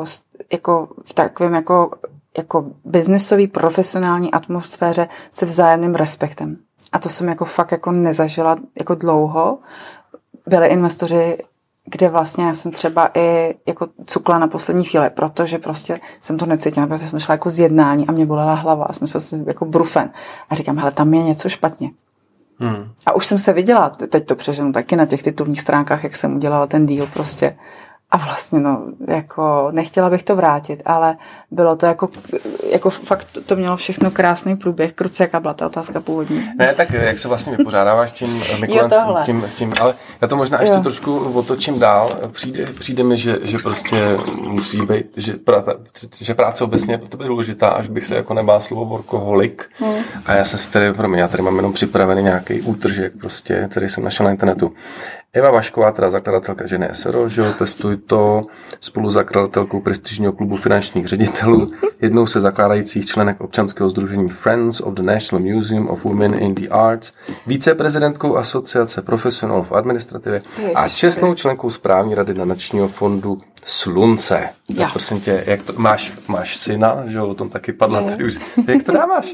v takovém jako biznesový, profesionální atmosféře se vzájemným respektem. A to jsem jako fakt jako nezažila jako dlouho. Byli investoři, kde vlastně já jsem třeba i jako cukla na poslední chvíli, protože prostě jsem to necítila, protože jsem šla jako z jednání a mě bolela hlava a jsem se jako brufen. A říkám, hele, tam je něco špatně. A už jsem se viděla, teď to přeženu taky na těch titulních stránkách, jak jsem udělala ten deal prostě. A vlastně, jako nechtěla bych to vrátit, ale bylo to jako fakt to mělo všechno krásný průběh. Kruce, jaká byla ta otázka původní? Ne, tak jak se vlastně vypořádáváš tím tím, ale já to možná ještě trošku otočím dál. Přijde mi, že prostě musí být, že práce obecně je pro tebe důležitá, až bych se jako nebál slovo workoholik. A já jsem si já tady mám jenom připravený nějaký útržek prostě, který jsem našel na internetu. Eva Vašková, teda zakladatelka Ženy SRO, že jo, Testuj to, spoluzakladatelkou prestižního klubu finančních ředitelů, jednou se zakládajících členek občanského sdružení Friends of the National Museum of Women in the Arts, viceprezidentkou asociace profesionálů v administrativě a čestnou členkou správní rady nadačního fondu Slunce. Tak prosím tě, jak to, máš syna, že jo, o tom taky padla. Jak to dáváš?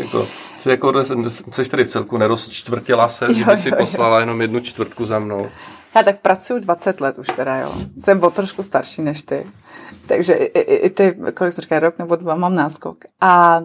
Jsi tady v celku nerozčtvrtila se, že by si poslala jenom 1/4 za mnou. Já tak pracuji 20 let už teda, jo. Jsem o trošku starší než ty. Takže i ty, kolik jsem říkala, rok nebo 2 mám náskok. A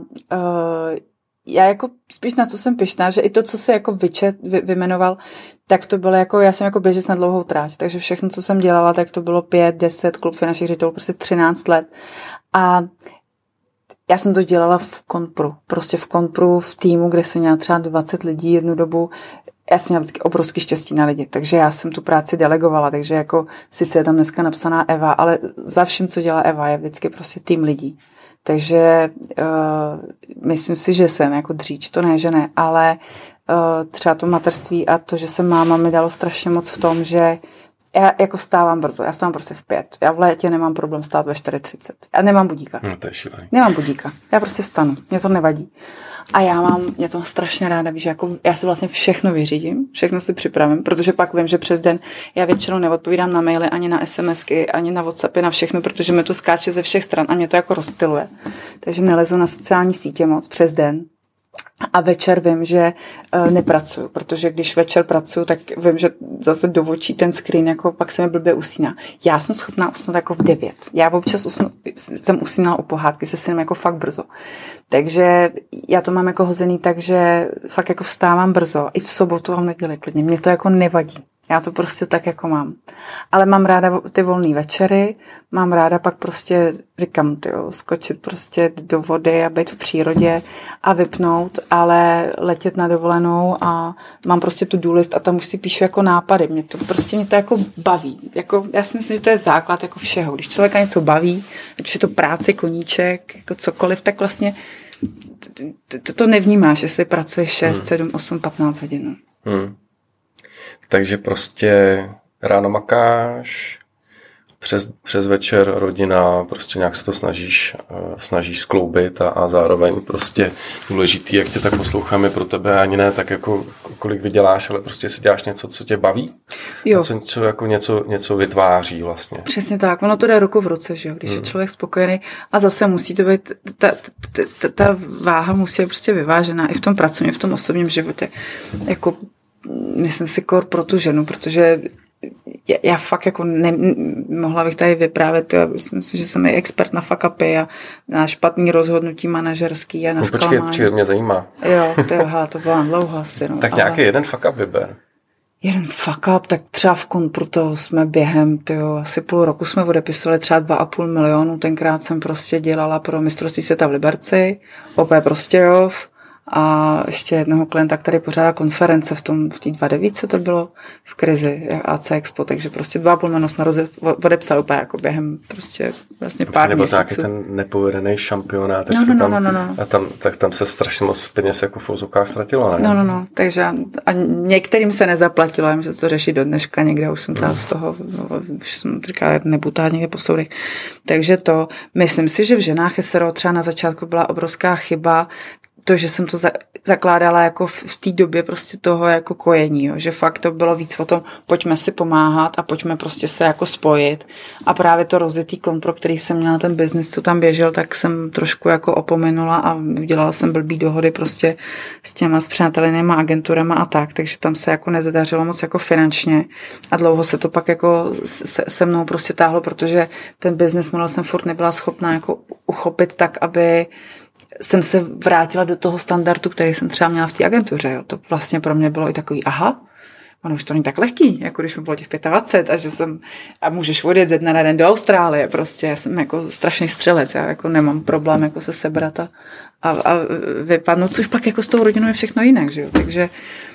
já jako spíš na co jsem pyšná, že i to, co se jako vymenoval, tak to bylo jako, já jsem jako běžec na dlouhou tráť, takže všechno, co jsem dělala, tak to bylo 5, 10, klub finančních ředitelů, prostě 13 let. A já jsem to dělala v Konpru, prostě v Konpru, v týmu, kde jsem měla třeba 20 lidí jednu dobu. Já jsem měla vždycky obrovský štěstí na lidi, takže já jsem tu práci delegovala, takže jako sice je tam dneska napsaná Eva, ale za vším, co dělá Eva, je vždycky prostě tým lidí. Takže myslím si, že jsem jako dříč, to ne, že ne, ale třeba to mateřství a to, že jsem máma, mi dalo strašně moc v tom, že já jako stávám brzo, já stávám prostě v 5. Já v létě nemám problém stát ve 4:30. Já nemám budíka. No to je šílený. Nemám budíka. Já prostě vstanu. Mě to nevadí. A mě to strašně ráda, víš, jako já si vlastně všechno vyřídím, všechno si připravím, protože pak vím, že přes den já většinou neodpovídám na maily, ani na SMSky, ani na WhatsAppy, na všechno, protože mi to skáče ze všech stran a mě to jako rozptyluje. Takže nelezu na sociální sítě moc přes den. A večer vím, že nepracuju, protože když večer pracuju, tak vím, že zase dovočí ten screen, jako pak se mi blbě usíná. Já jsem schopná usnout jako v 9. Já občas jsem usínala u pohádky se synem jako fakt brzo. Takže já to mám jako hozený tak, že fakt jako vstávám brzo. I v sobotu a v neděli klidně. Mě to jako nevadí. Já to prostě tak jako mám. Ale mám ráda ty volné večery, mám ráda pak prostě, říkám, skočit prostě do vody a být v přírodě a vypnout, ale letět na dovolenou a mám prostě tu do-list a tam už si píšu jako nápady. Mě to jako baví. Jako, já si myslím, že to je základ jako všeho. Když člověka něco baví, ať už je to práce, koníček, jako cokoliv, tak vlastně to nevnímáš, jestli pracuješ 6, 7, 8, 15 hodin. Takže prostě ráno makáš, přes večer rodina, prostě nějak se to snažíš skloubit a zároveň prostě důležitý, jak tě tak posloucháme pro tebe, ani ne tak jako kolik vyděláš, ale prostě si děláš něco, co tě baví, jo. Co jako něco vytváří vlastně. Přesně tak, ono to jde ruku v ruce, že jo, když je člověk spokojený a zase musí to být, ta váha musí být prostě vyvážená i v tom pracovním, v tom osobním životě, jako myslím si kor pro tu ženu, protože já fakt jako mohla bych tady vyprávět, já myslím si, že jsem i expert na fuck upy a na špatný rozhodnutí manažerský a na zklamání. Počkej, mě zajímá. Jo, to bylo dlouho asi. No, tak nějaký jeden fuck up vyber. Jeden fuck up, tak třeba v Konpruto jsme během, asi půl roku jsme odepisovali třeba 2,5 milionu, tenkrát jsem prostě dělala pro mistrovství světa v Liberci, OP Prostějov, a ještě jednoho klienta, který pořádá konference v té 2.9 to bylo v krizi AC Expo, takže prostě 2,5 milionu jsme odepsali úplně jako během prostě vlastně pár měsíců. Nebo nějaký ten nepovedený šampionát, tak tam se strašně moc peněz jako v úzovkách ztratilo, ne? No, takže a některým se nezaplatilo, jim se to řeší do dneška někde, už jsem tam z toho, už jsem říkala, nebudu tát někde po soudech. Takže to, myslím si, že v ženách SRO třeba na začátku byla obrovská chyba, to, že jsem to zakládala jako v té době prostě toho jako kojení, jo. Že fakt to bylo víc o tom, pojďme si pomáhat a pojďme prostě se jako spojit. A právě to rozjetý kompro, který jsem měla, ten biznis, co tam běžel, tak jsem trošku jako opomenula a udělala jsem blbý dohody prostě s těma spřátelenýma agenturama a tak, takže tam se jako nezadařilo moc jako finančně a dlouho se to pak jako se mnou prostě táhlo, protože ten business model jsem furt nebyla schopná jako uchopit tak, aby jsem se vrátila do toho standardu, který jsem třeba měla v té agentuře. Jo. To vlastně pro mě bylo i takový, aha, ono už to není tak lehký, jako když mi bylo těch 25 a můžeš odjet ze dne na den do Austrálie, prostě já jsem jako strašný střelec, já jako nemám problém jako se sebrat a vypadnout, což pak jako s tou rodinou je všechno jinak, že jo, takže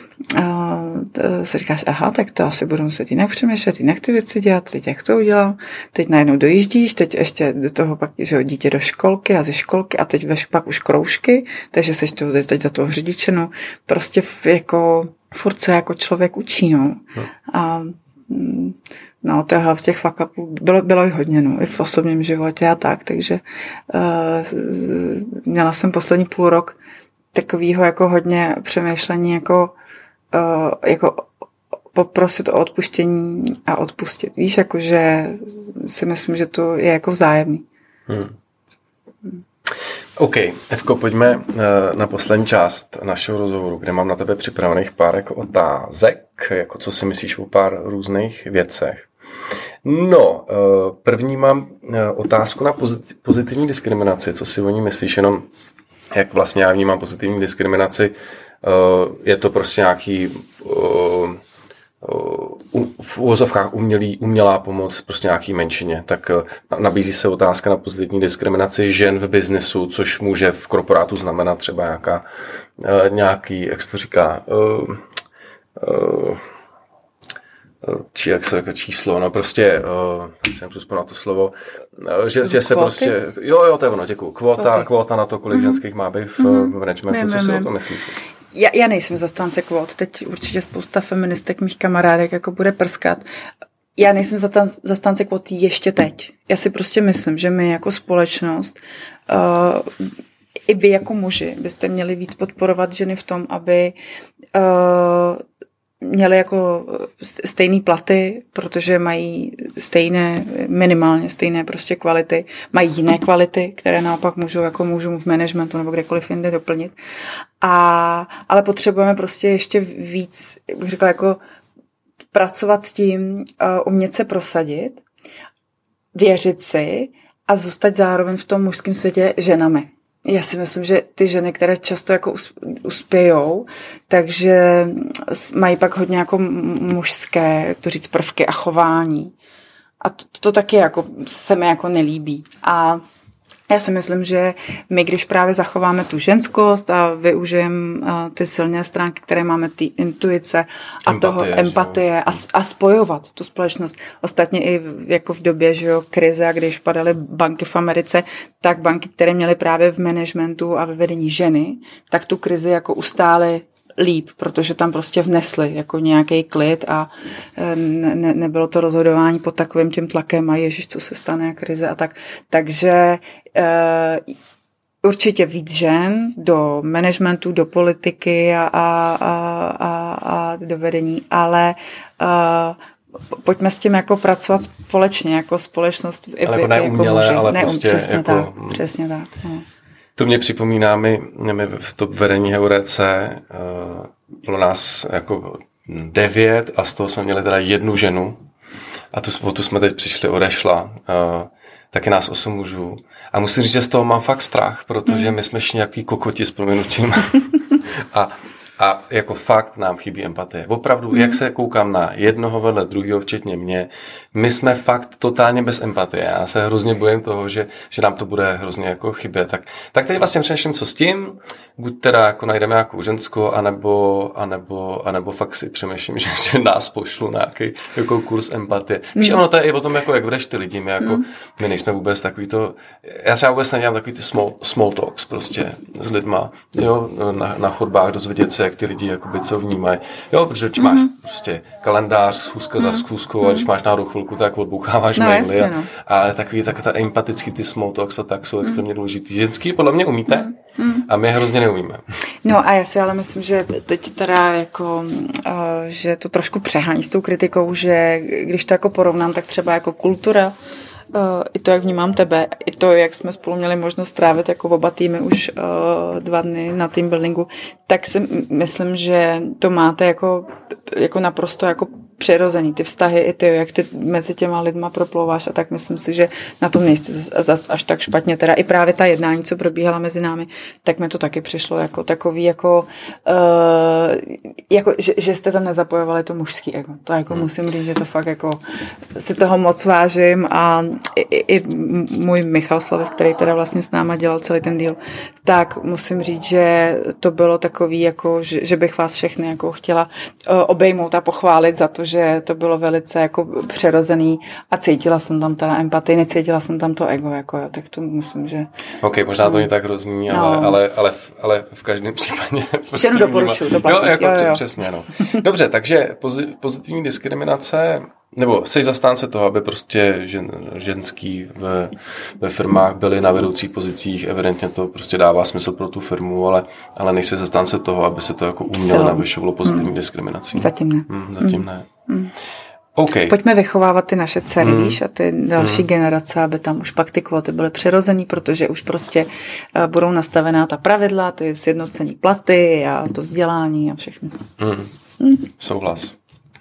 si říkáš, aha, tak to asi budu muset jinak přemýšlet, jinak ty věci dělat, teď jak to udělám, teď najednou dojíždíš, teď ještě do toho pak, že dítě do školky a ze školky a teď veš pak už kroužky, takže seš to teď za toho řidičenu, prostě jako furt se jako člověk učí, no. A no, v těch fuck upů bylo i hodně, no, i v osobním životě a tak, takže měla jsem poslední půl rok takovýho jako hodně přemýšlení, jako poprosit o odpuštění a odpustit. Víš, jakože si myslím, že to je jako vzájemný. OK, Evko, pojďme na poslední část našeho rozhovoru, kde mám na tebe připravených pár jako otázek, jako co si myslíš o pár různých věcech. No, první mám otázku na pozitivní diskriminaci. Co si o ní myslíš? Jenom jak vlastně já vnímám pozitivní diskriminaci, je to prostě nějaký v uvozovkách umělá pomoc prostě nějaký menšině. Tak nabízí se otázka na pozitivní diskriminaci žen v biznesu, což může v korporátu znamenat třeba nějaký, jak se to říká, jak se řekne číslo, no prostě, jsem vzpomněl to slovo, že se prostě, jo, to je ono, děkuju, kvóta na to, kolik ženských má být v managementu, co si o to myslíš? Já nejsem zastánce kvót, teď určitě spousta feministek, mých kamarádek jako bude prskat. Já nejsem zastánce kvót ještě teď. Já si prostě myslím, že my jako společnost, i vy jako muži, byste měli víc podporovat ženy v tom, aby měli jako stejné platy, protože mají minimálně stejné prostě kvality, mají jiné kvality, které naopak můžou v managementu nebo kdekoliv jinde doplnit. Ale potřebujeme prostě ještě víc, bych řekla, jako pracovat s tím, umět se prosadit, věřit si a zůstat zároveň v tom mužském světě ženami. Já si myslím, že ty ženy, které často jako uspějou, takže mají pak hodně jako mužské, jak to říct, prvky a chování. A to taky jako se mi jako nelíbí. A já si myslím, že my, když právě zachováme tu ženskost a využijeme ty silné stránky, které máme, ty intuice a empatie a spojovat tu společnost. Ostatně i jako v době, že jo, krize, a když padaly banky v Americe, tak banky, které měly právě v managementu a ve vedení ženy, tak tu krizi jako ustály líp, protože tam prostě vnesli jako nějaký klid a nebylo to rozhodování pod takovým tím tlakem a ježiš, co se stane, krize a tak. Takže určitě víc žen do managementu, do politiky a do vedení, ale pojďme s tím jako pracovat společně, jako společnost. Ale jako neuměle, jako ale prostě přesně jako... tak, přesně tak. No. To mě připomíná, my v top vedení Heurece bylo nás jako 9 a z toho jsme měli teda 1 ženu a tu jsme teď přišli, odešla. Taky nás 8 mužů. A musím říct, že z toho mám fakt strach, protože my jsme nějaký kokoti s prominutím. A jako fakt nám chybí empatie. Opravdu, jak se koukám na jednoho vedle druhého, včetně mě, my jsme fakt totálně bez empatie. Já se hrozně bojím toho, že nám to bude hrozně jako chybět. Tak teď vlastně přemýšlím, co s tím. Buď teda jako najdeme nějakou ženskou, anebo fakt si přemýšlím, že nás pošlu nějaký jako kurz empatie. Víš, ono to je i o tom, jako jak vedeš ty lidi. My nejsme vůbec takový to... Já třeba vůbec nedělám takový ty small talks prostě s lidma. Jo, na chodbách dozvědět se, jak ty lidi jakoby co vnímají. Jo, protože máš prostě kalendář, schůzka za schůzkou a když máš náhodou chvilku, tak odboucháváš maily. Ale tak ta empatický ty small talks a tak jsou extrémně důležitý. Ženský podle mě umíte a my hrozně neumíme. No a já si ale myslím, že teď teda jako, že to trošku přehání s tou kritikou, že když to jako porovnám, tak třeba jako kultura, i to, jak vnímám tebe, i to, jak jsme spolu měli možnost strávit jako oba týmy už 2 dny na team buildingu, tak si myslím, že to máte jako naprosto jako přirozený, ty vztahy i ty, jak ty mezi těma lidma proplouváš a tak myslím si, že na tom nejste zas až tak špatně. Teda i právě ta jednání, co probíhala mezi námi, tak mi to taky přišlo jako takový že jste tam nezapojovali to mužský ego. To jako musím říct, že to fakt jako si toho moc vážím a i můj Michal Slavek, který teda vlastně s náma dělal celý ten díl, tak musím říct, že to bylo takový jako, že bych vás všechny jako chtěla obejmout a pochválit za to, že to bylo velice jako přirozený a cítila jsem tam teda empatii, necítila jsem tam to ego, jako jo, tak to myslím, že... OK, možná to není tak hrozný, ale v každém případě... Všechno doporučuji, to platí. Jo. Přesně, no. Dobře, takže pozitivní diskriminace, nebo jsi zastánce toho, aby prostě ženský ve firmách byli na vedoucích pozicích, evidentně to prostě dává smysl pro tu firmu, ale nejsi zastánce toho, aby se to jako uměle navyšovalo pozitivní diskriminací. Zatím ne. Zatím ne. Okay. Pojďme vychovávat ty naše dcery, víš, a ty další generace, aby tam už pak ty kvóty byly přirozený, protože už prostě budou nastavená ta pravidla, ty sjednocení platy a to vzdělání a všechno. Souhlas.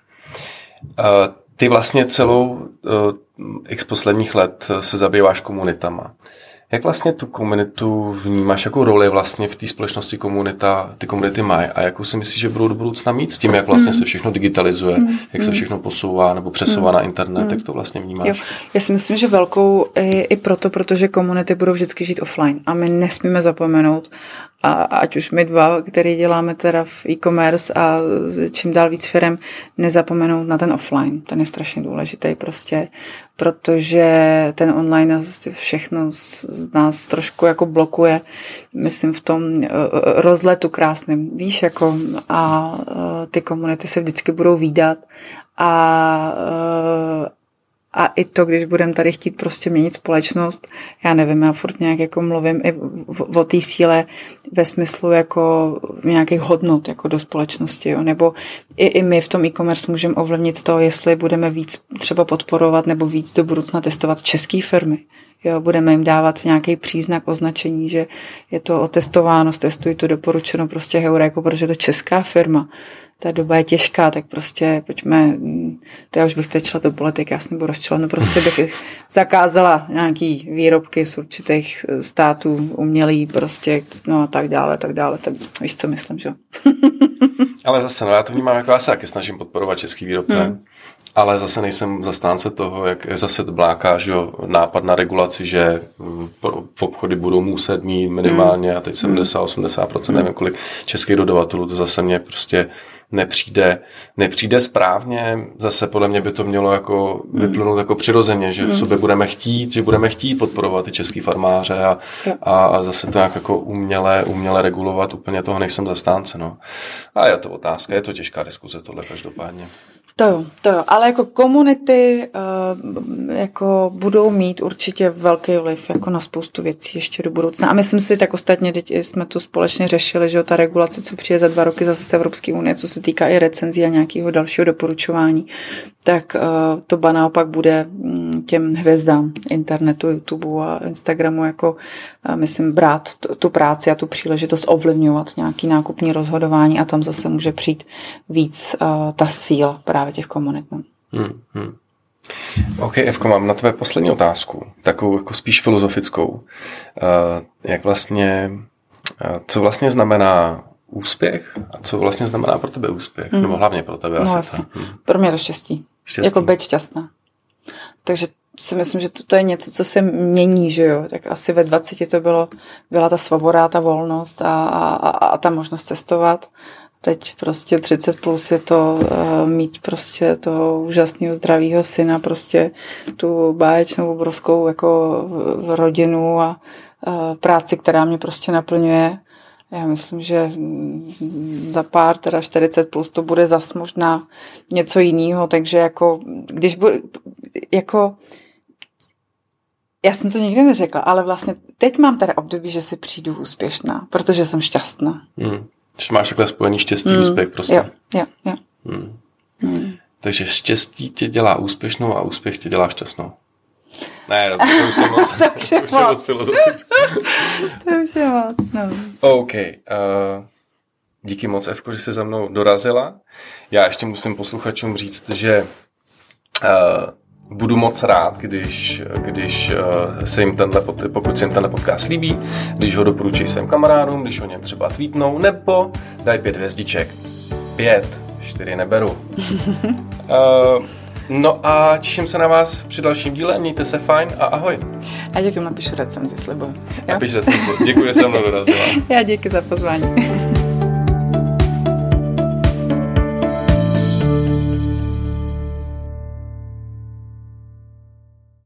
Ty vlastně celou x posledních let se zabýváš komunitama. Jak vlastně tu komunitu vnímáš, jakou roli vlastně v té společnosti ty komunity mají a jakou si myslíš, že budou do budoucna mít s tím, jak vlastně se všechno digitalizuje, jak se všechno posouvá nebo přesouvá na internet, jak to vlastně vnímáš? Jo. Já si myslím, že velkou i proto, protože komunity budou vždycky žít offline a my nesmíme zapomenout, a ať už my dva, který děláme teda v e-commerce a čím dál víc firem, nezapomenout na ten offline. Ten je strašně důležitý prostě, protože ten online všechno z nás trošku jako blokuje, myslím v tom rozletu krásným, víš, jako a ty komunity se vždycky budou vídat a A i to, když budeme tady chtít prostě měnit společnost, já nevím, já furt nějak jako mluvím i o té síle ve smyslu jako nějakých hodnot jako do společnosti, jo? Nebo i my v tom e-commerce můžeme ovlivnit to, jestli budeme víc třeba podporovat nebo víc do budoucna testovat české firmy. Jo, budeme jim dávat nějaký příznak, označení, že je to otestováno, testují to doporučeno prostě Heuréku, protože je to česká firma. Ta doba je těžká, tak prostě pojďme, to já už bych teď šla do politiky, já se nebudu rozčila, no prostě bych zakázala nějaký výrobky z určitých států, umělý prostě, no a tak dále, tak víš, co myslím, že? Ale zase, no já to vnímám, jako já se taky snažím podporovat český výrobce, ale zase nejsem zastánce toho, jak zase to bláká, že jo, nápad na regulaci, že v obchody budou muset mít minimálně, a teď 70-80%, nevím kolik českých dodavatelů, to zase mě prostě nepřijde správně. Zase podle mě by to mělo jako vyplynout jako přirozeně, že v sobě budeme chtít podporovat ty český farmáře a zase to nějak jako uměle regulovat, úplně toho nejsem zastánce, no. A je to otázka, je to těžká diskuze tohle každopádně. To jo, ale jako komunity jako budou mít určitě velký vliv jako na spoustu věcí ještě do budoucna. A myslím si, tak ostatně teď jsme tu společně řešili, že ta regulace, co přijde za 2 roky zase z Evropské unie, co se týká i recenzí a nějakého dalšího doporučování, tak to ba naopak bude těm hvězdám internetu, YouTubeu a Instagramu jako myslím brát tu práci a tu příležitost ovlivňovat nějaký nákupní rozhodování a tam zase může přijít víc ta síla právě těch komunit. OK, Evko, mám na tebe poslední otázku, takovou jako spíš filozofickou. Jak vlastně, co vlastně znamená úspěch a co vlastně znamená pro tebe úspěch? Nebo hlavně pro tebe? No vlastně. Pro mě to štěstí. Jako být šťastná. Takže si myslím, že to je něco, co se mění, že jo. Tak asi ve 20 to byla ta svoboda, ta volnost a ta možnost cestovat. Teď prostě 30 plus je to mít prostě toho úžasného zdravého syna, prostě tu báječnou obrovskou jako rodinu a práci, která mě prostě naplňuje. Já myslím, že za pár, teda 40 plus, to bude zas možná něco jiného, takže jako, když bude, jako, já jsem to nikdy neřekla, ale vlastně teď mám teda období, že si přijdu úspěšná, protože jsem šťastná. Když máš takhle spojený štěstí, úspěch prostě. Jo. Takže štěstí tě dělá úspěšnou a úspěch tě dělá šťastnou. Ne, dobře, to už jsem moc filozofický. To už je moc, no. OK. Díky moc, Evko, že jsi za mnou dorazila. Já ještě musím posluchačům říct, že budu moc rád, když se jim pokud se jim tenhle podcast líbí, když ho doporučí svým kamarádům, když o něm třeba tweetnou, nebo daj 5 hvězdiček. 5, 4 neberu. No a těším se na vás při dalším díle, mějte se fajn a ahoj. A děkuji, napíšu recenzi, slibuji. Napiš recenzi, děkuji, že jsi mnou dorazila. Já díky za pozvání.